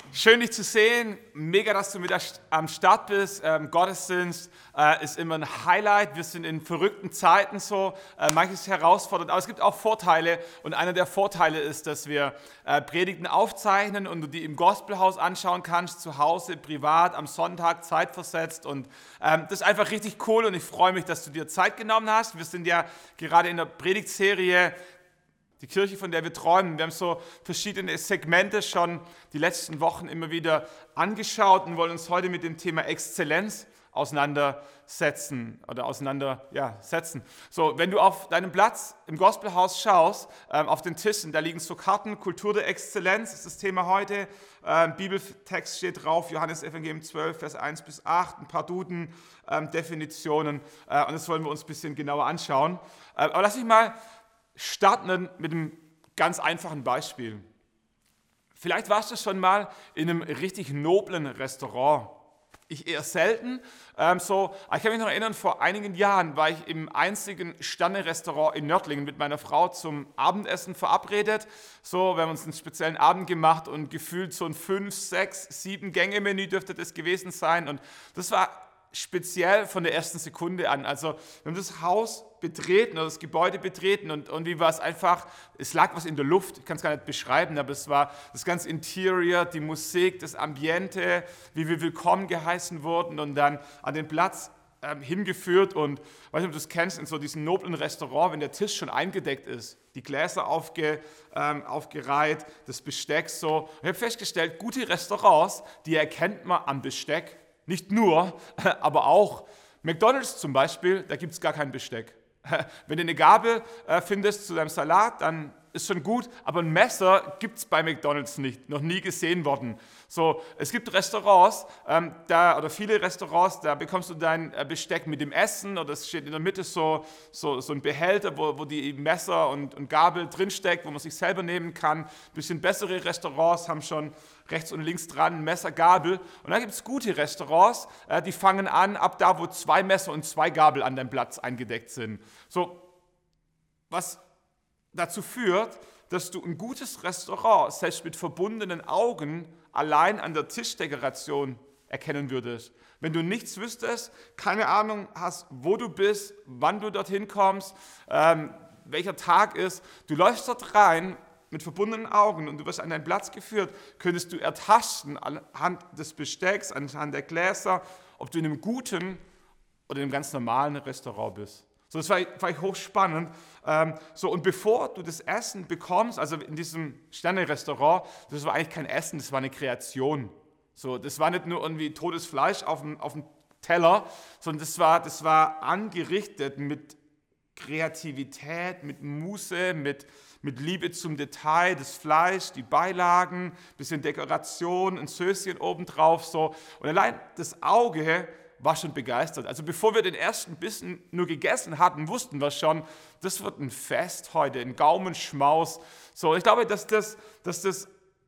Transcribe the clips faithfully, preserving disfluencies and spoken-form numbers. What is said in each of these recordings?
Schön, dich zu sehen. Mega, dass du wieder am Start bist. Ähm, Gottesdienst äh, ist immer ein Highlight. Wir sind in verrückten Zeiten so. Äh, manches herausfordernd, aber es gibt auch Vorteile. Und einer der Vorteile ist, dass wir äh, Predigten aufzeichnen und du die im Gospelhaus anschauen kannst, zu Hause, privat, am Sonntag, zeitversetzt. Und ähm, das ist einfach richtig cool und ich freue mich, dass du dir Zeit genommen hast. Wir sind ja gerade in der Predigtserie Die Kirche, von der wir träumen. Wir haben so verschiedene Segmente schon die letzten Wochen immer wieder angeschaut und wollen uns heute mit dem Thema Exzellenz auseinandersetzen oder auseinandersetzen. Ja, setzen. So, wenn du auf deinen Platz im Gospelhaus schaust, ähm, auf den Tischen, da liegen so Karten, Kultur der Exzellenz ist das Thema heute. Ähm, Bibeltext steht drauf, Johannes Evangelium zwölf, Vers eins bis acht, ein paar Duden, ähm, Definitionen äh, und das wollen wir uns ein bisschen genauer anschauen. Äh, aber lass mich mal starten mit einem ganz einfachen Beispiel. Vielleicht warst du schon mal in einem richtig noblen Restaurant. Ich eher selten. Ähm, so, aber ich kann mich noch erinnern, vor einigen Jahren war ich im einzigen Sterne-Restaurant in Nördlingen mit meiner Frau zum Abendessen verabredet. So, wir haben uns einen speziellen Abend gemacht und gefühlt so ein fünf, sechs, sieben Gänge-Menü dürfte das gewesen sein. Und das war speziell von der ersten Sekunde an. Also wir haben das Haus betreten oder das Gebäude betreten und irgendwie war es einfach, es lag was in der Luft, ich kann es gar nicht beschreiben, aber es war das ganze Interior, die Musik, das Ambiente, wie wir willkommen geheißen wurden und dann an den Platz ähm, hingeführt und, weiß nicht, ob du das kennst, in so diesem noblen Restaurant, wenn der Tisch schon eingedeckt ist, die Gläser aufge, ähm, aufgereiht, das Besteck so. Ich habe festgestellt, gute Restaurants, die erkennt man am Besteck. Nicht nur, aber auch. McDonald's zum Beispiel, da gibt es gar kein Besteck. Wenn du eine Gabel äh, findest zu deinem Salat, dann ist schon gut, aber ein Messer gibt es bei McDonald's nicht, noch nie gesehen worden. So, es gibt Restaurants, ähm, da, oder viele Restaurants, da bekommst du dein äh, Besteck mit dem Essen oder es steht in der Mitte so, so, so ein Behälter, wo, wo die Messer und, und Gabel drinsteckt, wo man sich selber nehmen kann. Ein bisschen bessere Restaurants haben schon rechts und links dran Messer, Gabel. Und dann gibt es gute Restaurants, äh, die fangen an, ab da, wo zwei Messer und zwei Gabel an deinem Platz eingedeckt sind. So, was dazu führt, dass du ein gutes Restaurant selbst mit verbundenen Augen allein an der Tischdekoration erkennen würdest. Wenn du nichts wüsstest, keine Ahnung hast, wo du bist, wann du dorthin kommst, ähm, welcher Tag ist, du läufst dort rein mit verbundenen Augen und du wirst an deinen Platz geführt, könntest du ertasten anhand des Bestecks, anhand der Gläser, ob du in einem guten oder in einem ganz normalen Restaurant bist. So, das war, war ich hochspannend. Ähm, so, und bevor du das Essen bekommst, also in diesem Sterne-Restaurant, das war eigentlich kein Essen, das war eine Kreation. So, das war nicht nur irgendwie totes Fleisch auf dem, auf dem Teller, sondern das war, das war angerichtet mit Kreativität, mit Muße, mit, mit Liebe zum Detail, das Fleisch, die Beilagen, bisschen Dekoration, ein Söschen obendrauf. So. Und allein das Auge war schon begeistert. Also bevor wir den ersten Bissen nur gegessen hatten, wussten wir schon, das wird ein Fest heute, ein Gaumenschmaus. So, ich glaube, dass das, dass das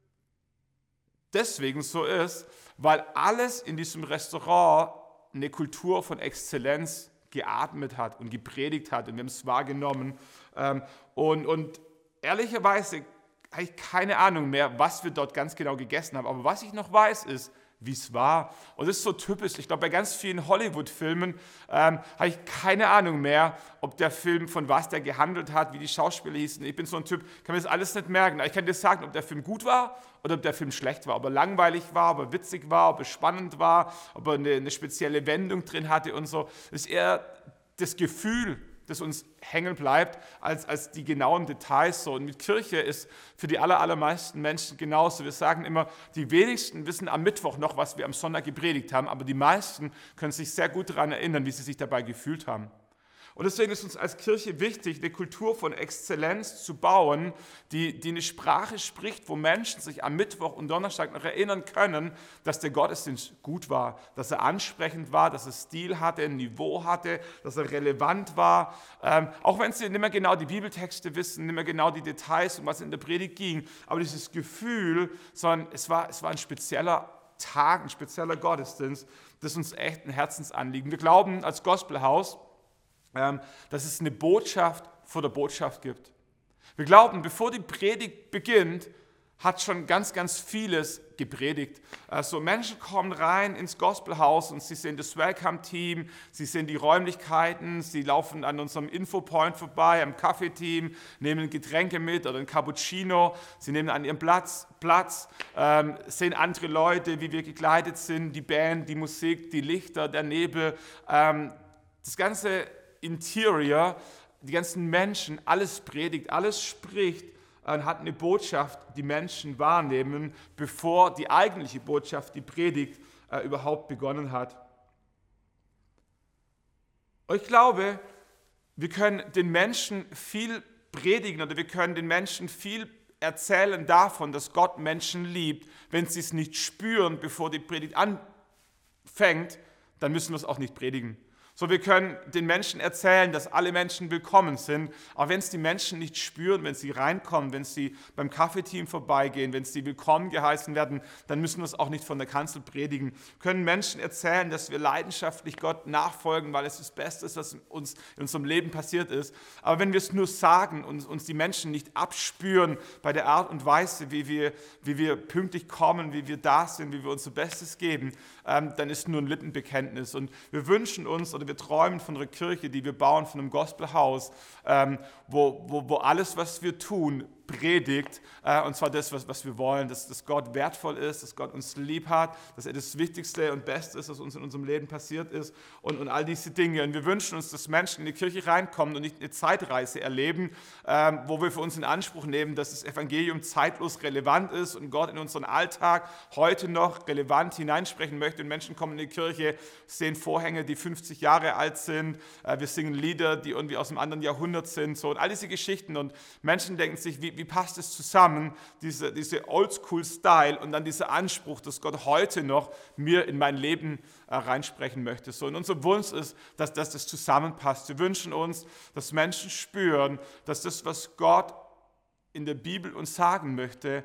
deswegen so ist, weil alles in diesem Restaurant eine Kultur von Exzellenz geatmet hat und gepredigt hat und wir haben es wahrgenommen. Und, und ehrlicherweise habe ich keine Ahnung mehr, was wir dort ganz genau gegessen haben. Aber was ich noch weiß, ist, wie es war. Und das ist so typisch. Ich glaube, bei ganz vielen Hollywood-Filmen ähm, habe ich keine Ahnung mehr, ob der Film von was der gehandelt hat, wie die Schauspieler hießen. Ich bin so ein Typ, kann mir das alles nicht merken. Aber ich kann dir sagen, ob der Film gut war oder ob der Film schlecht war. Ob er langweilig war, ob er witzig war, ob er spannend war, ob er eine, eine spezielle Wendung drin hatte und so. Das ist eher das Gefühl, das uns hängen bleibt, als, als die genauen Details. So. Und mit Kirche ist für die aller, allermeisten Menschen genauso. Wir sagen immer, die wenigsten wissen am Mittwoch noch, was wir am Sonntag gepredigt haben, aber die meisten können sich sehr gut daran erinnern, wie sie sich dabei gefühlt haben. Und deswegen ist uns als Kirche wichtig, eine Kultur von Exzellenz zu bauen, die, die eine Sprache spricht, wo Menschen sich am Mittwoch und Donnerstag noch erinnern können, dass der Gottesdienst gut war, dass er ansprechend war, dass er Stil hatte, ein Niveau hatte, dass er relevant war. Ähm, auch wenn sie nicht mehr genau die Bibeltexte wissen, nicht mehr genau die Details, um was in der Predigt ging, aber dieses Gefühl, sondern es war, es war ein spezieller Tag, ein spezieller Gottesdienst, das ist uns echt ein Herzensanliegen. Wir glauben als Gospelhaus, dass es eine Botschaft vor der Botschaft gibt. Wir glauben, bevor die Predigt beginnt, hat schon ganz, ganz vieles gepredigt. Also Menschen kommen rein ins Gospelhaus und sie sehen das Welcome-Team, sie sehen die Räumlichkeiten, sie laufen an unserem Infopoint vorbei, am Kaffeeteam, nehmen Getränke mit oder ein Cappuccino, sie nehmen an ihrem Platz, Platz ähm, sehen andere Leute, wie wir gekleidet sind, die Band, die Musik, die Lichter, der Nebel, ähm, das ganze Interior, die ganzen Menschen, alles predigt, alles spricht, und hat eine Botschaft, die Menschen wahrnehmen, bevor die eigentliche Botschaft, die Predigt, äh, überhaupt begonnen hat. Und ich glaube, wir können den Menschen viel predigen oder wir können den Menschen viel erzählen davon, dass Gott Menschen liebt. Wenn sie es nicht spüren, bevor die Predigt anfängt, dann müssen wir es auch nicht predigen. So, wir können den Menschen erzählen, dass alle Menschen willkommen sind, aber wenn es die Menschen nicht spüren, wenn sie reinkommen, wenn sie beim Kaffeeteam vorbeigehen, wenn sie willkommen geheißen werden, dann müssen wir es auch nicht von der Kanzel predigen. Wir können Menschen erzählen, dass wir leidenschaftlich Gott nachfolgen, weil es das Beste ist, was uns in unserem Leben passiert ist. Aber wenn wir es nur sagen und uns die Menschen nicht abspüren bei der Art und Weise, wie wir, wie wir pünktlich kommen, wie wir da sind, wie wir unser Bestes geben, ähm, dann ist nur ein Lippenbekenntnis. Und wir wünschen uns, oder wir träumen von einer Kirche, die wir bauen, von einem Gospelhaus, ähm, wo, wo, wo alles, was wir tun, predigt, äh, und zwar das, was, was wir wollen, dass, dass Gott wertvoll ist, dass Gott uns lieb hat, dass er das Wichtigste und Beste ist, was uns in unserem Leben passiert ist und, und all diese Dinge. Und wir wünschen uns, dass Menschen in die Kirche reinkommen und nicht eine Zeitreise erleben, ähm, wo wir für uns in Anspruch nehmen, dass das Evangelium zeitlos relevant ist und Gott in unseren Alltag heute noch relevant hineinsprechen möchte. Und Menschen kommen in die Kirche, sehen Vorhänge, die fünfzig Jahre alt sind, äh, wir singen Lieder, die irgendwie aus einem anderen Jahrhundert sind, so, und all diese Geschichten. Und Menschen denken sich, wie, wie passt es zusammen, diese, diese Oldschool-Style und dann dieser Anspruch, dass Gott heute noch mir in mein Leben äh, reinsprechen möchte. So, und unser Wunsch ist, dass, dass das zusammenpasst. Wir wünschen uns, dass Menschen spüren, dass das, was Gott in der Bibel uns sagen möchte,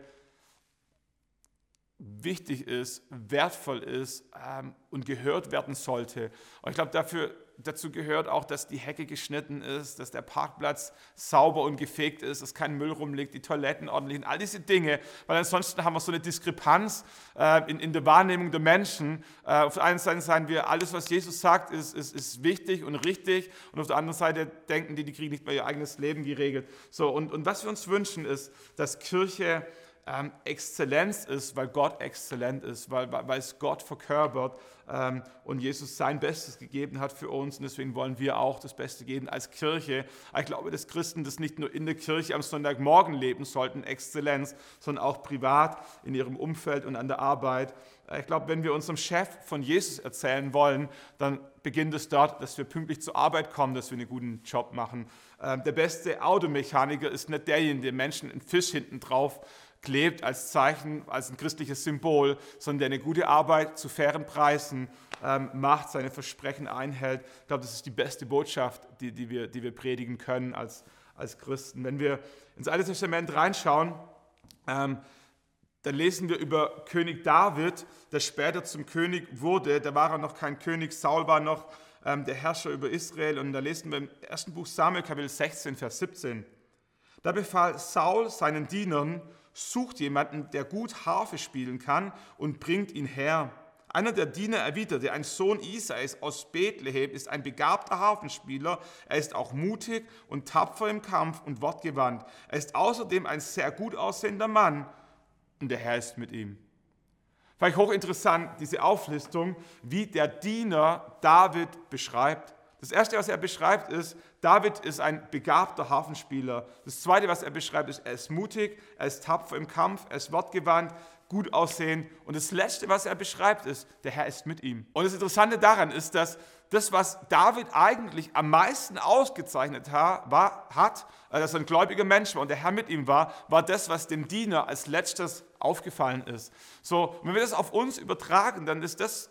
wichtig ist, wertvoll ist ähm, und gehört werden sollte. Und ich glaube, dafür Dazu gehört auch, dass die Hecke geschnitten ist, dass der Parkplatz sauber und gefegt ist, dass kein Müll rumliegt, die Toiletten ordentlich und all diese Dinge, weil ansonsten haben wir so eine Diskrepanz äh, in, in der Wahrnehmung der Menschen. Äh, auf der einen Seite sagen wir, alles, was Jesus sagt, ist, ist, ist wichtig und richtig, und auf der anderen Seite denken die, die kriegen nicht mehr ihr eigenes Leben geregelt. So, und, und was wir uns wünschen ist, dass Kirche ähm, Exzellenz ist, weil Gott exzellent ist, weil, weil es Gott verkörpert ähm, und Jesus sein Bestes gegeben hat für uns, und deswegen wollen wir auch das Beste geben als Kirche. Ich glaube, dass Christen das nicht nur in der Kirche am Sonntagmorgen leben sollten, Exzellenz, sondern auch privat in ihrem Umfeld und an der Arbeit. Ich glaube, wenn wir unserem Chef von Jesus erzählen wollen, dann beginnt es dort, dass wir pünktlich zur Arbeit kommen, dass wir einen guten Job machen. Ähm, der beste Automechaniker ist nicht derjenige, der Menschen einen Fisch hinten drauf klebt als Zeichen, als ein christliches Symbol, sondern der eine gute Arbeit zu fairen Preisen ähm, macht, seine Versprechen einhält. Ich glaube, das ist die beste Botschaft, die, die, wir, die wir predigen können als, als Christen. Wenn wir ins Alte Testament reinschauen, ähm, dann lesen wir über König David, der später zum König wurde. Da war er noch kein König, Saul war noch ähm, der Herrscher über Israel. Und da lesen wir im ersten Buch Samuel, Kapitel sechzehn, Vers siebzehn. Da befahl Saul seinen Dienern: Sucht jemanden, der gut Harfe spielen kann, und bringt ihn her. Einer der Diener erwiderte: Ein Sohn Isais aus Bethlehem ist ein begabter Harfenspieler. Er ist auch mutig und tapfer im Kampf und wortgewandt. Er ist außerdem ein sehr gut aussehender Mann, und der Herr ist mit ihm. Vielleicht hochinteressant, diese Auflistung, wie der Diener David beschreibt. Das Erste, was er beschreibt, ist, David ist ein begabter Harfenspieler. Das Zweite, was er beschreibt, ist, er ist mutig, er ist tapfer im Kampf, er ist wortgewandt, gut aussehend. Und das Letzte, was er beschreibt, ist, der Herr ist mit ihm. Und das Interessante daran ist, dass das, was David eigentlich am meisten ausgezeichnet war, hat, dass er ein gläubiger Mensch war und der Herr mit ihm war, war das, was dem Diener als Letztes aufgefallen ist. So, wenn wir das auf uns übertragen, dann ist das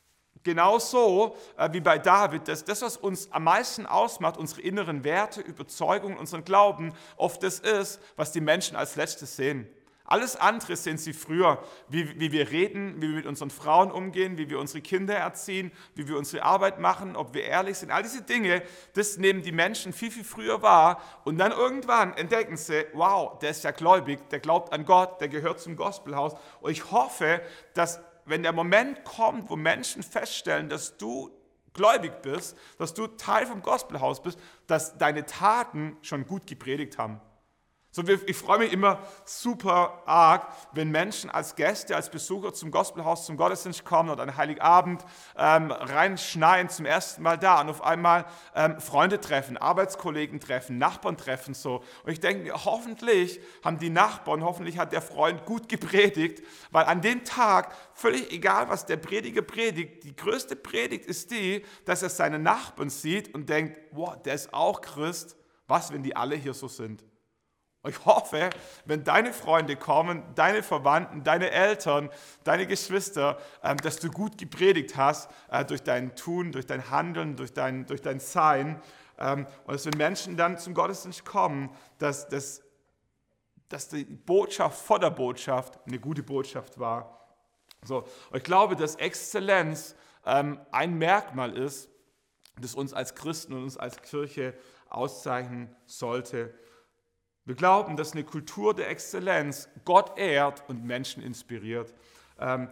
genauso äh, wie bei David, dass das, was uns am meisten ausmacht, unsere inneren Werte, Überzeugungen, unseren Glauben, oft das ist, was die Menschen als Letztes sehen. Alles andere sind sie früher, wie, wie wir reden, wie wir mit unseren Frauen umgehen, wie wir unsere Kinder erziehen, wie wir unsere Arbeit machen, ob wir ehrlich sind. All diese Dinge, das nehmen die Menschen viel, viel früher wahr. Und dann irgendwann entdecken sie, wow, der ist ja gläubig, der glaubt an Gott, der gehört zum Gospelhaus. Und ich hoffe, dass wenn der Moment kommt, wo Menschen feststellen, dass du gläubig bist, dass du Teil vom Gospelhaus bist, dass deine Taten schon gut gepredigt haben. So, ich freue mich immer super arg, wenn Menschen als Gäste, als Besucher zum Gospelhaus, zum Gottesdienst kommen oder an Heiligabend ähm, reinschneien, zum ersten Mal da und auf einmal ähm, Freunde treffen, Arbeitskollegen treffen, Nachbarn treffen. So. Und ich denke mir, hoffentlich haben die Nachbarn, hoffentlich hat der Freund gut gepredigt, weil an dem Tag, völlig egal, was der Prediger predigt, die größte Predigt ist die, dass er seine Nachbarn sieht und denkt, wow, der ist auch Christ, was, wenn die alle hier so sind? Ich hoffe, wenn deine Freunde kommen, deine Verwandten, deine Eltern, deine Geschwister, dass du gut gepredigt hast durch dein Tun, durch dein Handeln, durch dein, durch dein Sein. Und dass wenn Menschen dann zum Gottesdienst kommen, dass, dass, dass die Botschaft vor der Botschaft eine gute Botschaft war. So, und ich glaube, dass Exzellenz ein Merkmal ist, das uns als Christen und uns als Kirche auszeichnen sollte. Wir glauben, dass eine Kultur der Exzellenz Gott ehrt und Menschen inspiriert. Ähm,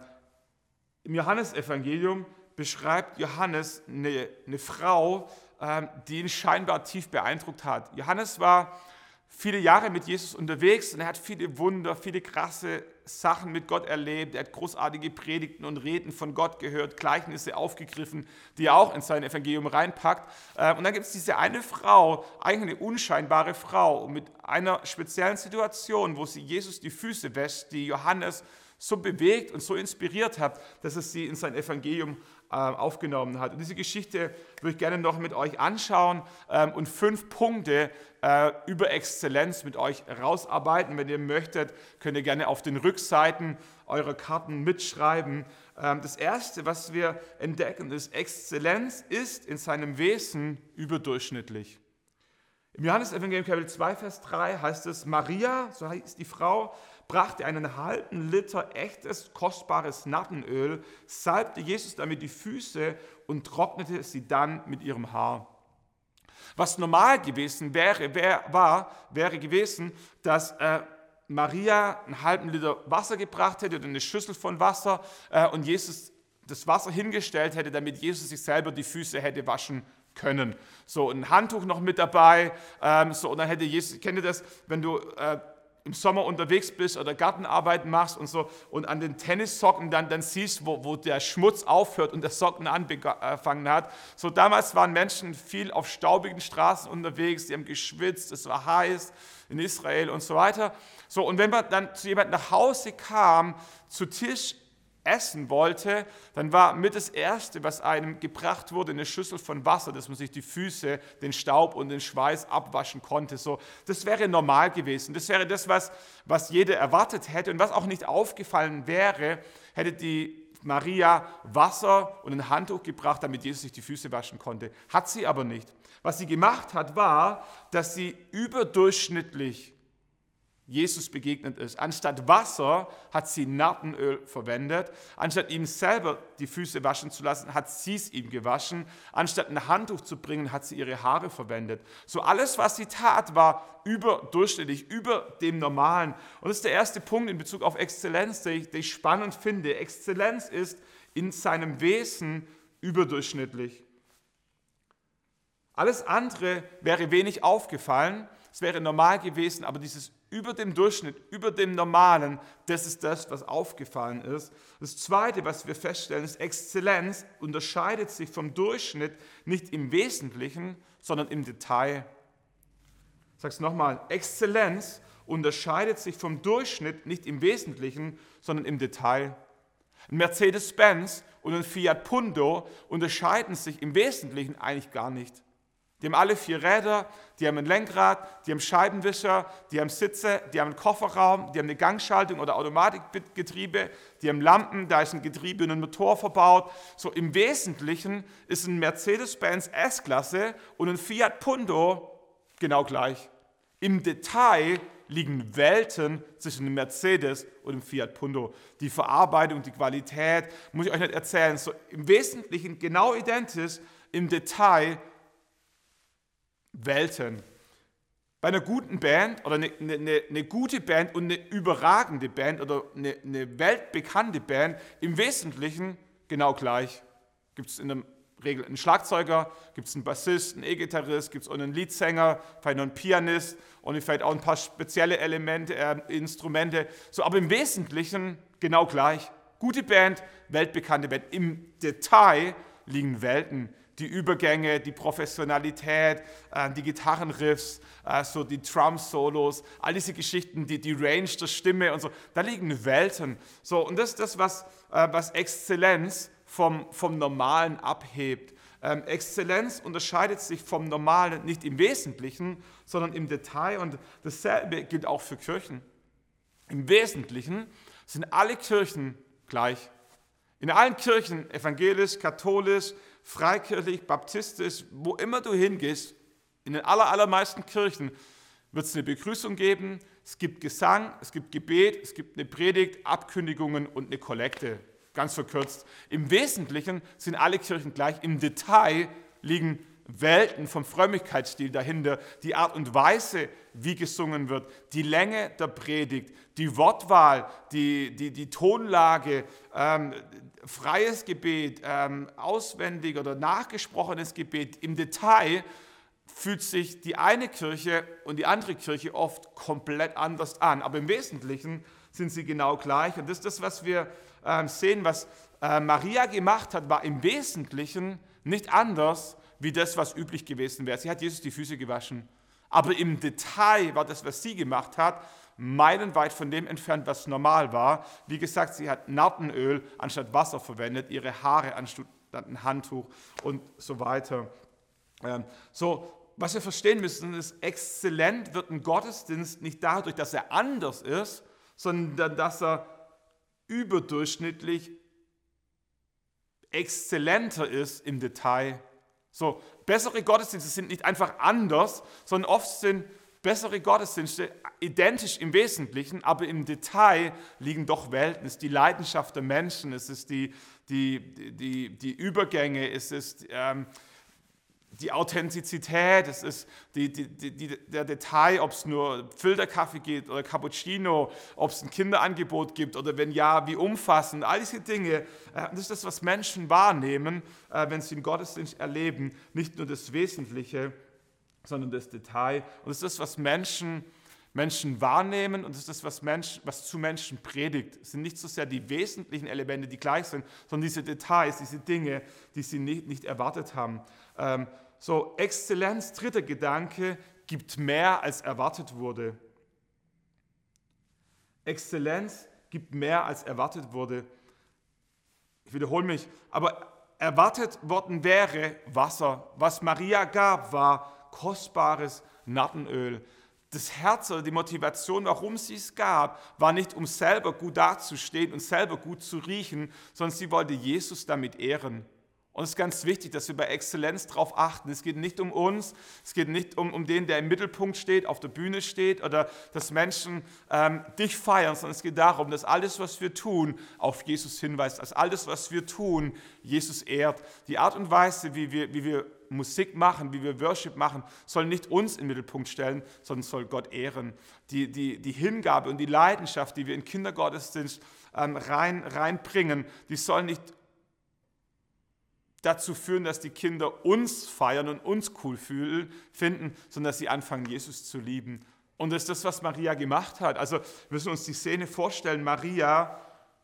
Im Johannesevangelium beschreibt Johannes eine, eine Frau, ähm, die ihn scheinbar tief beeindruckt hat. Johannes war viele Jahre mit Jesus unterwegs und er hat viele Wunder, viele krasse Sachen mit Gott erlebt. Er hat großartige Predigten und Reden von Gott gehört, Gleichnisse aufgegriffen, die er auch in sein Evangelium reinpackt. Und dann gibt es diese eine Frau, eigentlich eine unscheinbare Frau, mit einer speziellen Situation, wo sie Jesus die Füße wäscht, die Johannes so bewegt und so inspiriert hat, dass es sie in sein Evangelium äh, aufgenommen hat. Und diese Geschichte würde ich gerne noch mit euch anschauen ähm, und fünf Punkte äh, über Exzellenz mit euch rausarbeiten. Wenn ihr möchtet, könnt ihr gerne auf den Rückseiten eurer Karten mitschreiben. Ähm, das Erste, was wir entdecken, ist, Exzellenz ist in seinem Wesen überdurchschnittlich. Im Johannesevangelium Kapitel zwei, Vers drei heißt es, Maria, so heißt die Frau, brachte einen halben Liter echtes, kostbares Narrenöl, salbte Jesus damit die Füße und trocknete sie dann mit ihrem Haar. Was normal gewesen wäre, wär, war, wäre gewesen, dass äh, Maria einen halben Liter Wasser gebracht hätte oder eine Schüssel von Wasser äh, und Jesus das Wasser hingestellt hätte, damit Jesus sich selber die Füße hätte waschen können. So, ein Handtuch noch mit dabei, ähm, so, und dann hätte Jesus, kennt ihr das, wenn du äh, im Sommer unterwegs bist oder Gartenarbeit machst und so und an den Tennissocken dann, dann siehst, wo, wo der Schmutz aufhört und der Socken angefangen hat. So, damals waren Menschen viel auf staubigen Straßen unterwegs, die haben geschwitzt, es war heiß in Israel und so weiter. So, und wenn man dann zu jemandem nach Hause kam, zu Tisch essen wollte, dann war mit das Erste, was einem gebracht wurde, eine Schüssel von Wasser, dass man sich die Füße, den Staub und den Schweiß abwaschen konnte. So, das wäre normal gewesen. Das wäre das, was, was jeder erwartet hätte und was auch nicht aufgefallen wäre, hätte die Maria Wasser und ein Handtuch gebracht, damit Jesus sich die Füße waschen konnte. Hat sie aber nicht. Was sie gemacht hat, war, dass sie überdurchschnittlich Jesus begegnet ist. Anstatt Wasser hat sie Narrenöl verwendet. Anstatt ihm selber die Füße waschen zu lassen, hat sie es ihm gewaschen. Anstatt ein Handtuch zu bringen, hat sie ihre Haare verwendet. So alles, was sie tat, war überdurchschnittlich, über dem Normalen. Und das ist der erste Punkt in Bezug auf Exzellenz, den ich, den ich spannend finde. Exzellenz ist in seinem Wesen überdurchschnittlich. Alles andere wäre wenig aufgefallen. Es wäre normal gewesen, aber dieses über dem Durchschnitt, über dem Normalen, das ist das, was aufgefallen ist. Das Zweite, was wir feststellen, ist, Exzellenz unterscheidet sich vom Durchschnitt nicht im Wesentlichen, sondern im Detail. Ich sage es nochmal, Exzellenz unterscheidet sich vom Durchschnitt nicht im Wesentlichen, sondern im Detail. Ein Mercedes-Benz und ein Fiat Punto unterscheiden sich im Wesentlichen eigentlich gar nicht. Die haben alle vier Räder, die haben ein Lenkrad, die haben Scheibenwischer, die haben Sitze, die haben einen Kofferraum, die haben eine Gangschaltung oder Automatikgetriebe, die haben Lampen, da ist ein Getriebe und ein Motor verbaut. So im Wesentlichen ist ein Mercedes-Benz S-Klasse und ein Fiat Punto genau gleich. Im Detail liegen Welten zwischen dem Mercedes und dem Fiat Punto. Die Verarbeitung, die Qualität, muss ich euch nicht erzählen, so im Wesentlichen genau identisch, im Detail Welten. Bei einer guten Band oder eine, eine, eine gute Band und eine überragende Band oder eine, eine weltbekannte Band im Wesentlichen genau gleich. Gibt es in der Regel einen Schlagzeuger, gibt es einen Bassist, einen E-Gitarrist, gibt es auch einen Leadsänger, vielleicht noch einen Pianist und vielleicht auch ein paar spezielle Elemente, äh, Instrumente. So, aber im Wesentlichen genau gleich. Gute Band, weltbekannte Band. Im Detail liegen Welten. Die Übergänge, die Professionalität, äh, die Gitarrenriffs, äh, so die Drum-Solos, all diese Geschichten, die, die Range der Stimme und so, da liegen Welten. So, und das ist das, was, äh, was Exzellenz vom, vom Normalen abhebt. Ähm, Exzellenz unterscheidet sich vom Normalen nicht im Wesentlichen, sondern im Detail. Und dasselbe gilt auch für Kirchen. Im Wesentlichen sind alle Kirchen gleich. In allen Kirchen, evangelisch, katholisch, freikirchlich, baptistisch, wo immer du hingehst, in den aller, allermeisten Kirchen wird es eine Begrüßung geben, es gibt Gesang, es gibt Gebet, es gibt eine Predigt, Abkündigungen und eine Kollekte, ganz verkürzt. Im Wesentlichen sind alle Kirchen gleich, im Detail liegen Welten vom Frömmigkeitsstil dahinter, die Art und Weise, wie gesungen wird, die Länge der Predigt, die Wortwahl, die, die, die Tonlage, ähm, freies Gebet, ähm, auswendig oder nachgesprochenes Gebet. Im Detail fühlt sich die eine Kirche und die andere Kirche oft komplett anders an, aber im Wesentlichen sind sie genau gleich. Und das ist das, was wir ähm, sehen, was äh, Maria gemacht hat, war im Wesentlichen nicht anders wie das, was üblich gewesen wäre. Sie hat Jesus die Füße gewaschen. Aber im Detail war das, was sie gemacht hat, meilenweit von dem entfernt, was normal war. Wie gesagt, sie hat Nartenöl anstatt Wasser verwendet, ihre Haare anstatt ein Handtuch und so weiter. Ähm, so, was wir verstehen müssen, ist, exzellent wird ein Gottesdienst nicht dadurch, dass er anders ist, sondern dass er überdurchschnittlich exzellenter ist im Detail. So, bessere Gottesdienste sind nicht einfach anders, sondern oft sind bessere Gottesdienste identisch im Wesentlichen, aber im Detail liegen doch Welten. Es ist die Leidenschaft der Menschen, es ist die, die, die, die Übergänge, es ist ähm, die Authentizität, es ist die, die, die, der Detail, ob es nur Filterkaffee gibt oder Cappuccino, ob es ein Kinderangebot gibt oder wenn ja, wie umfassend. All diese Dinge, das ist das, was Menschen wahrnehmen, wenn sie den Gottesdienst erleben. Nicht nur das Wesentliche, sondern das Detail. Und das ist das, was Menschen, Menschen wahrnehmen und das ist das, was, Menschen, was zu Menschen predigt. Es sind nicht so sehr die wesentlichen Elemente, die gleich sind, sondern diese Details, diese Dinge, die sie nicht, nicht erwartet haben. Ähm, So, Exzellenz, dritter Gedanke, gibt mehr, als erwartet wurde. Exzellenz gibt mehr, als erwartet wurde. Ich wiederhole mich, aber erwartet worden wäre Wasser. Was Maria gab, war kostbares Nartenöl. Das Herz oder die Motivation, warum sie es gab, war nicht, um selber gut dazustehen und selber gut zu riechen, sondern sie wollte Jesus damit ehren. Und es ist ganz wichtig, dass wir bei Exzellenz darauf achten. Es geht nicht um uns, es geht nicht um, um den, der im Mittelpunkt steht, auf der Bühne steht oder dass Menschen ähm, dich feiern, sondern es geht darum, dass alles, was wir tun, auf Jesus hinweist, dass alles, was wir tun, Jesus ehrt. Die Art und Weise, wie wir, wie wir Musik machen, wie wir Worship machen, soll nicht uns in den Mittelpunkt stellen, sondern soll Gott ehren. Die, die, die Hingabe und die Leidenschaft, die wir in Kindergottesdienst ähm, rein, reinbringen, die soll nicht dazu führen, dass die Kinder uns feiern und uns cool fühlen, finden, sondern dass sie anfangen, Jesus zu lieben. Und das ist das, was Maria gemacht hat. Also wir müssen uns die Szene vorstellen, Maria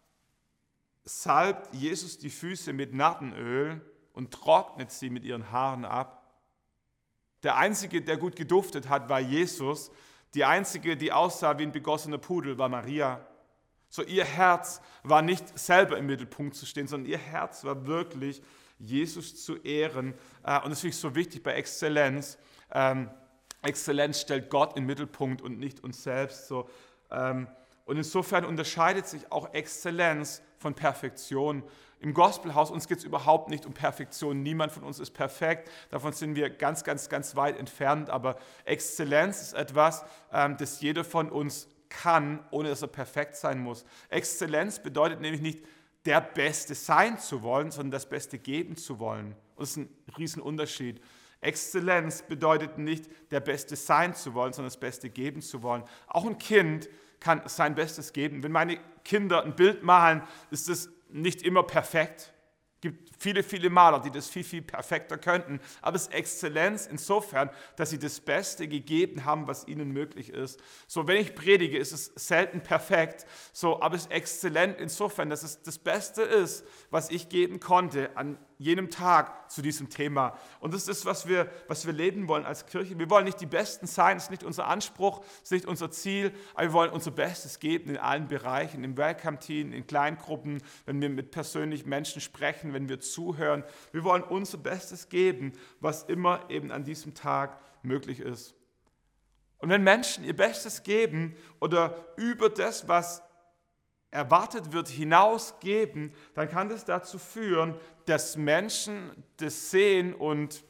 salbt Jesus die Füße mit Nartenöl und trocknet sie mit ihren Haaren ab. Der Einzige, der gut geduftet hat, war Jesus. Die Einzige, die aussah wie ein begossener Pudel, war Maria. So, ihr Herz war nicht selber im Mittelpunkt zu stehen, sondern ihr Herz war wirklich Jesus zu ehren. Und das finde ich so wichtig bei Exzellenz. Exzellenz stellt Gott im Mittelpunkt und nicht uns selbst. So, Und insofern unterscheidet sich auch Exzellenz von Perfektion. Im Gospelhaus, uns geht es überhaupt nicht um Perfektion. Niemand von uns ist perfekt. Davon sind wir ganz, ganz, ganz weit entfernt. Aber Exzellenz ist etwas, ähm, das jeder von uns kann, ohne dass er perfekt sein muss. Exzellenz bedeutet nämlich nicht, der Beste sein zu wollen, sondern das Beste geben zu wollen. Und das ist ein Riesenunterschied. Exzellenz bedeutet nicht, der Beste sein zu wollen, sondern das Beste geben zu wollen. Auch ein Kind kann sein Bestes geben. Wenn meine Kinder ein Bild malen, ist es nicht immer perfekt. Es gibt viele, viele Maler, die das viel, viel perfekter könnten. Aber es ist Exzellenz insofern, dass sie das Beste gegeben haben, was ihnen möglich ist. So, wenn ich predige, ist es selten perfekt. So, aber es ist exzellent insofern, dass es das Beste ist, was ich geben konnte an jenem Tag zu diesem Thema. Und das ist, was wir, was wir leben wollen als Kirche. Wir wollen nicht die Besten sein, das ist nicht unser Anspruch, das ist nicht unser Ziel, aber wir wollen unser Bestes geben in allen Bereichen, im Welcome-Team, in Kleingruppen, wenn wir mit persönlichen Menschen sprechen, wenn wir zuhören. Wir wollen unser Bestes geben, was immer eben an diesem Tag möglich ist. Und wenn Menschen ihr Bestes geben oder über das, was erwartet wird, hinausgeben, dann kann das dazu führen, dass Menschen das sehen und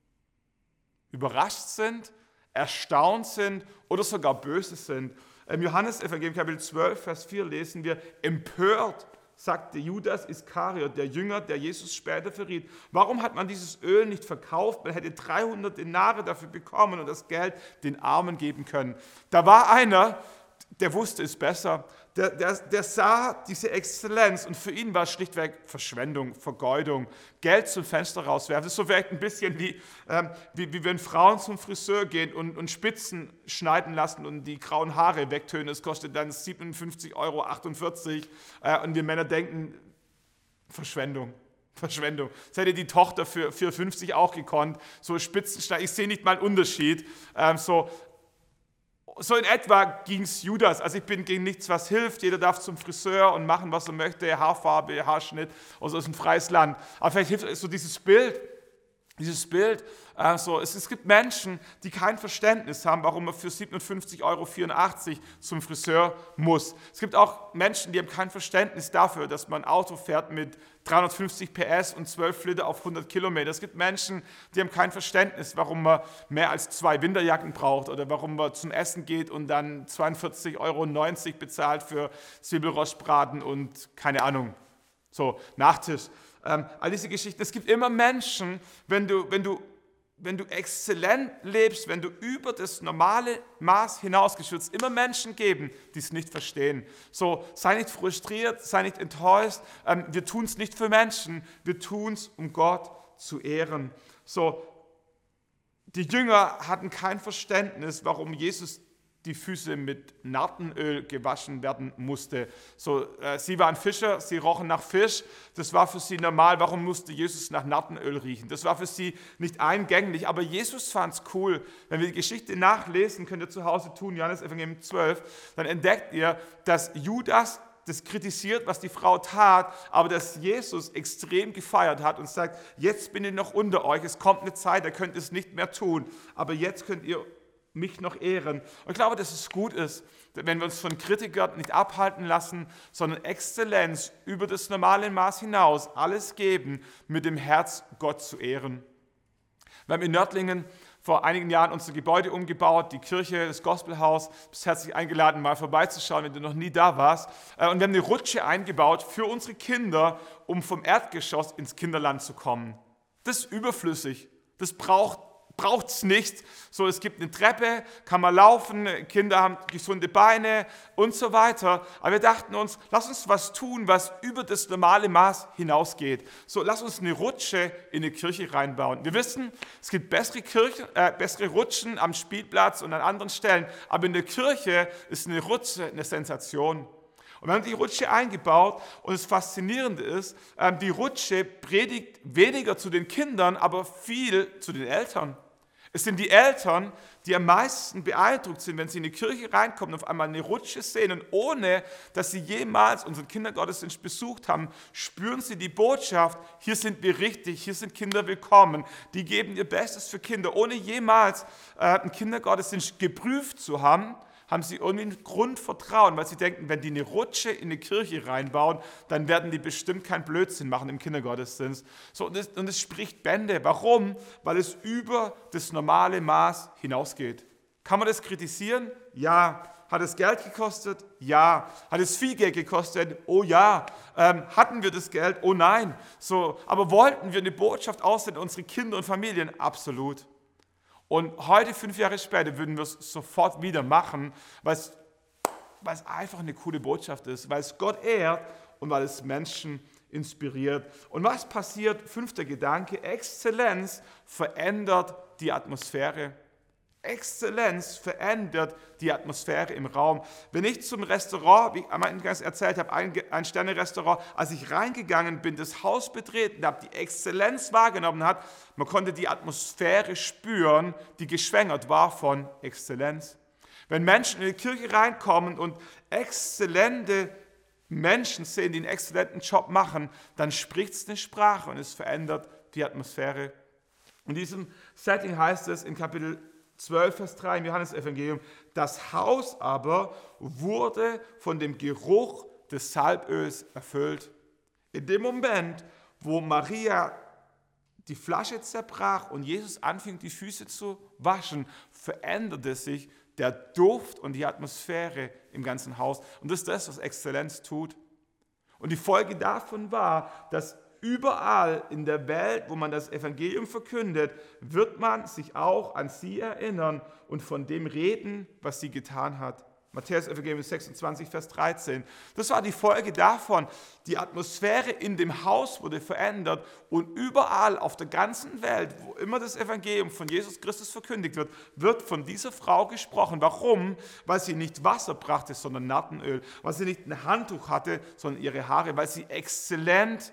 überrascht sind, erstaunt sind oder sogar böse sind. Im Johannesevangelium Kapitel zwölf, Vers vier lesen wir, empört sagte Judas Iskariot, der Jünger, der Jesus später verriet, warum hat man dieses Öl nicht verkauft? Man hätte dreihundert Denare dafür bekommen und das Geld den Armen geben können. Da war einer, der wusste es besser. Der, der, der sah diese Exzellenz und für ihn war es schlichtweg Verschwendung, Vergeudung, Geld zum Fenster rauswerfen. Das ist so vielleicht ein bisschen wie, ähm, wie, wie wenn Frauen zum Friseur gehen und, und Spitzen schneiden lassen und die grauen Haare wegtönen. Das kostet dann siebenundfünfzig Euro achtundvierzig äh, und wir Männer denken, Verschwendung. Verschwendung. Das hätte die Tochter für, für fünfzig auch gekonnt. So Spitzen schneiden, ich sehe nicht mal einen Unterschied. Ähm, so, So in etwa ging es Judas. Also ich bin gegen nichts, was hilft. Jeder darf zum Friseur und machen, was er möchte. Haarfarbe, Haarschnitt. Also es ist ein freies Land. Aber vielleicht hilft so dieses Bild. Dieses Bild. Also es, es gibt Menschen, die kein Verständnis haben, warum man für siebenundfünfzig Euro vierundachtzig zum Friseur muss. Es gibt auch Menschen, die haben kein Verständnis dafür, dass man ein Auto fährt mit dreihundertfünfzig P S und zwölf Liter auf hundert Kilometer. Es gibt Menschen, die haben kein Verständnis, warum man mehr als zwei Winterjacken braucht oder warum man zum Essen geht und dann zweiundvierzig Euro neunzig bezahlt für Zwiebelrostbraten und keine Ahnung, so Nachtisch. Ähm, all diese Geschichten. Es gibt immer Menschen, wenn du, wenn du wenn du exzellent lebst, wenn du über das normale Maß hinausgehst, wird es immer Menschen geben, die es nicht verstehen. So, sei nicht frustriert, sei nicht enttäuscht. Ähm, wir tun es nicht für Menschen, wir tun es, um Gott zu ehren. So, die Jünger hatten kein Verständnis, warum Jesus die Füße mit Nartenöl gewaschen werden musste. So, äh, sie waren Fischer, sie rochen nach Fisch, das war für sie normal. Warum musste Jesus nach Nartenöl riechen? Das war für sie nicht eingänglich, aber Jesus fand es cool. Wenn wir die Geschichte nachlesen, könnt ihr zu Hause tun, Johannes Evangelium zwölf, dann entdeckt ihr, dass Judas das kritisiert, was die Frau tat, aber dass Jesus extrem gefeiert hat und sagt, jetzt bin ich noch unter euch, es kommt eine Zeit, da könnt ihr es nicht mehr tun, aber jetzt könnt ihr mich noch ehren. Und ich glaube, dass es gut ist, wenn wir uns von Kritikern nicht abhalten lassen, sondern Exzellenz über das normale Maß hinaus alles geben, mit dem Herz Gott zu ehren. Wir haben in Nördlingen vor einigen Jahren unser Gebäude umgebaut, die Kirche, das Gospelhaus. Du bist herzlich eingeladen, mal vorbeizuschauen, wenn du noch nie da warst. Und wir haben eine Rutsche eingebaut für unsere Kinder, um vom Erdgeschoss ins Kinderland zu kommen. Das ist überflüssig. Das braucht braucht es nicht. So, es gibt eine Treppe, kann man laufen, Kinder haben gesunde Beine und so weiter. Aber wir dachten uns, lass uns was tun, was über das normale Maß hinausgeht. So, lass uns eine Rutsche in eine Kirche reinbauen. Wir wissen, es gibt bessere, Kirchen, äh, bessere Rutschen am Spielplatz und an anderen Stellen, aber in der Kirche ist eine Rutsche eine Sensation. Und wir haben die Rutsche eingebaut und das Faszinierende ist, die Rutsche predigt weniger zu den Kindern, aber viel zu den Eltern. Es sind die Eltern, die am meisten beeindruckt sind, wenn sie in die Kirche reinkommen und auf einmal eine Rutsche sehen und ohne, dass sie jemals unseren Kindergottesdienst besucht haben, spüren sie die Botschaft, hier sind wir richtig, hier sind Kinder willkommen, die geben ihr Bestes für Kinder, ohne jemals äh, einen Kindergottesdienst geprüft zu haben, haben sie irgendwie ein Grundvertrauen, weil sie denken, wenn die eine Rutsche in eine Kirche reinbauen, dann werden die bestimmt keinen Blödsinn machen im Kindergottesdienst. So, und, es, und es spricht Bände. Warum? Weil es über das normale Maß hinausgeht. Kann man das kritisieren? Ja. Hat es Geld gekostet? Ja. Hat es viel Geld gekostet? Oh ja. Ähm, hatten wir das Geld? Oh nein. So, aber wollten wir eine Botschaft aussenden, unsere Kinder und Familien? Absolut. Und heute, fünf Jahre später, würden wir es sofort wieder machen, weil es, weil es einfach eine coole Botschaft ist, weil es Gott ehrt und weil es Menschen inspiriert. Und was passiert? Fünfter Gedanke, Exzellenz verändert die Atmosphäre. Exzellenz verändert die Atmosphäre im Raum. Wenn ich zum Restaurant, wie ich am Eingang erzählt habe, ein, ein Sterne-Restaurant, als ich reingegangen bin, das Haus betreten habe, die Exzellenz wahrgenommen hat, man konnte die Atmosphäre spüren, die geschwängert war von Exzellenz. Wenn Menschen in die Kirche reinkommen und exzellente Menschen sehen, die einen exzellenten Job machen, dann spricht es eine Sprache und es verändert die Atmosphäre. In diesem Setting heißt es in Kapitel zwölf, Vers drei im Johannesevangelium, das Haus aber wurde von dem Geruch des Salböls erfüllt. In dem Moment, wo Maria die Flasche zerbrach und Jesus anfing, die Füße zu waschen, veränderte sich der Duft und die Atmosphäre im ganzen Haus. Und das ist das, was Exzellenz tut. Und die Folge davon war, dass überall in der Welt, wo man das Evangelium verkündet, wird man sich auch an sie erinnern und von dem reden, was sie getan hat. Matthäus Evangelium sechsundzwanzig, Vers dreizehn. Das war die Folge davon. Die Atmosphäre in dem Haus wurde verändert und überall auf der ganzen Welt, wo immer das Evangelium von Jesus Christus verkündigt wird, wird von dieser Frau gesprochen. Warum? Weil sie nicht Wasser brachte, sondern Nartenöl. Weil sie nicht ein Handtuch hatte, sondern ihre Haare. Weil sie exzellent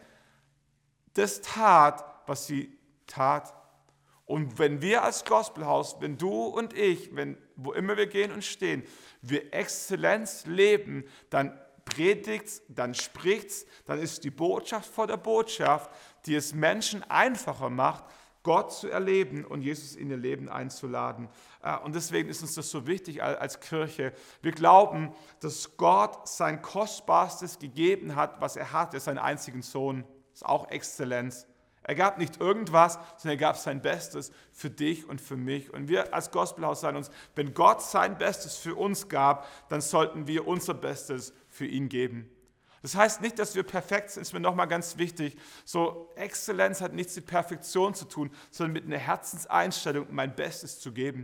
das tat, was sie tat. Und wenn wir als Gospelhaus, wenn du und ich, wenn, wo immer wir gehen und stehen, wir Exzellenz leben, dann predigt's, dann spricht's, dann ist die Botschaft vor der Botschaft, die es Menschen einfacher macht, Gott zu erleben und Jesus in ihr Leben einzuladen. Und deswegen ist uns das so wichtig als Kirche. Wir glauben, dass Gott sein Kostbarstes gegeben hat, was er hatte, seinen einzigen Sohn. Das ist auch Exzellenz. Er gab nicht irgendwas, sondern er gab sein Bestes für dich und für mich. Und wir als Gospelhaus sagen uns, wenn Gott sein Bestes für uns gab, dann sollten wir unser Bestes für ihn geben. Das heißt nicht, dass wir perfekt sind, ist mir nochmal ganz wichtig. So, Exzellenz hat nichts mit Perfektion zu tun, sondern mit einer Herzenseinstellung, mein Bestes zu geben.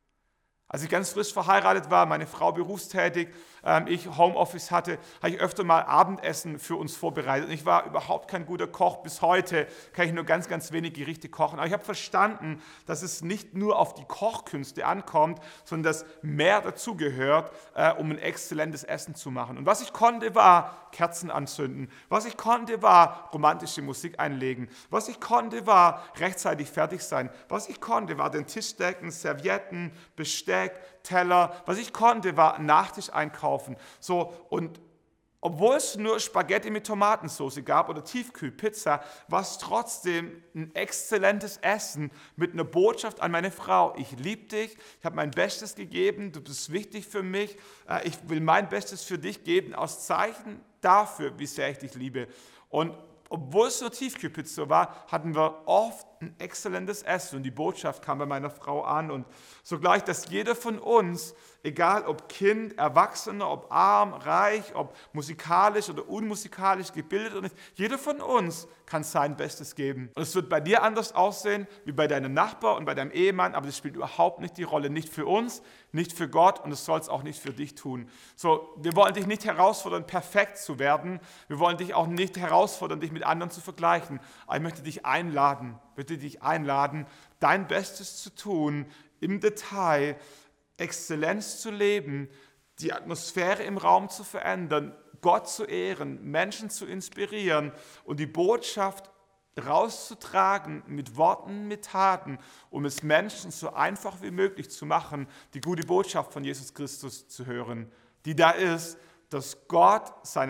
Als ich ganz frisch verheiratet war, meine Frau berufstätig, ähm, ich Homeoffice hatte, habe ich öfter mal Abendessen für uns vorbereitet. Und ich war überhaupt kein guter Koch. Bis heute kann ich nur ganz, ganz wenig Gerichte kochen. Aber ich habe verstanden, dass es nicht nur auf die Kochkünste ankommt, sondern dass mehr dazugehört, äh, um ein exzellentes Essen zu machen. Und was ich konnte, war Kerzen anzünden. Was ich konnte, war romantische Musik einlegen. Was ich konnte, war rechtzeitig fertig sein. Was ich konnte, war den Tisch decken, Servietten, Besteck, Teller. Was ich konnte, war einen Nachtisch einkaufen. So, und obwohl es nur Spaghetti mit Tomatensauce gab oder Tiefkühlpizza, war es trotzdem ein exzellentes Essen mit einer Botschaft an meine Frau. Ich liebe dich, ich habe mein Bestes gegeben, du bist wichtig für mich, ich will mein Bestes für dich geben, aus Zeichen dafür, wie sehr ich dich liebe. Und obwohl es nur Tiefkühlpizza war, hatten wir oft ein exzellentes Essen und die Botschaft kam bei meiner Frau an und sogleich, dass jeder von uns, egal ob Kind, Erwachsener, ob arm, reich, ob musikalisch oder unmusikalisch gebildet oder nicht, jeder von uns kann sein Bestes geben. Und es wird bei dir anders aussehen wie bei deinem Nachbar und bei deinem Ehemann, aber das spielt überhaupt nicht die Rolle, nicht für uns, nicht für Gott und es soll es auch nicht für dich tun. So, wir wollen dich nicht herausfordern, perfekt zu werden. Wir wollen dich auch nicht herausfordern, dich mit anderen zu vergleichen. Aber ich möchte dich einladen, bitte dich einladen, dein Bestes zu tun, im Detail Exzellenz zu leben, die Atmosphäre im Raum zu verändern, Gott zu ehren, Menschen zu inspirieren und die Botschaft rauszutragen mit Worten, mit Taten, um es Menschen so einfach wie möglich zu machen, die gute Botschaft von Jesus Christus zu hören, die da ist, dass Gott seinen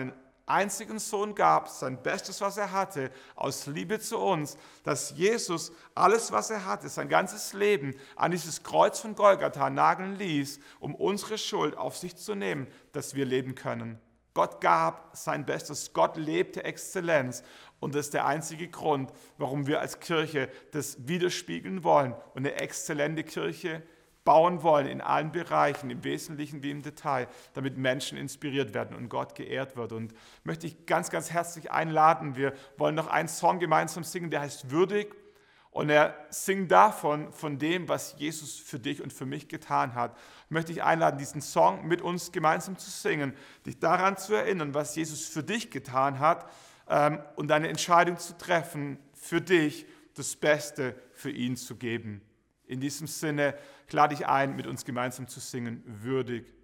einzigen Sohn gab, sein Bestes, was er hatte, aus Liebe zu uns, dass Jesus alles, was er hatte, sein ganzes Leben an dieses Kreuz von Golgatha nageln ließ, um unsere Schuld auf sich zu nehmen, dass wir leben können. Gott gab sein Bestes, Gott lebte Exzellenz und das ist der einzige Grund, warum wir als Kirche das widerspiegeln wollen und eine exzellente Kirche bauen wollen in allen Bereichen, im Wesentlichen wie im Detail, damit Menschen inspiriert werden und Gott geehrt wird. Und möchte ich ganz, ganz herzlich einladen, wir wollen noch einen Song gemeinsam singen, der heißt Würdig. Und er singt davon, von dem, was Jesus für dich und für mich getan hat. Möchte ich einladen, diesen Song mit uns gemeinsam zu singen, dich daran zu erinnern, was Jesus für dich getan hat ähm, und eine Entscheidung zu treffen, für dich das Beste für ihn zu geben. In diesem Sinne lade ich ein, mit uns gemeinsam zu singen, würdig.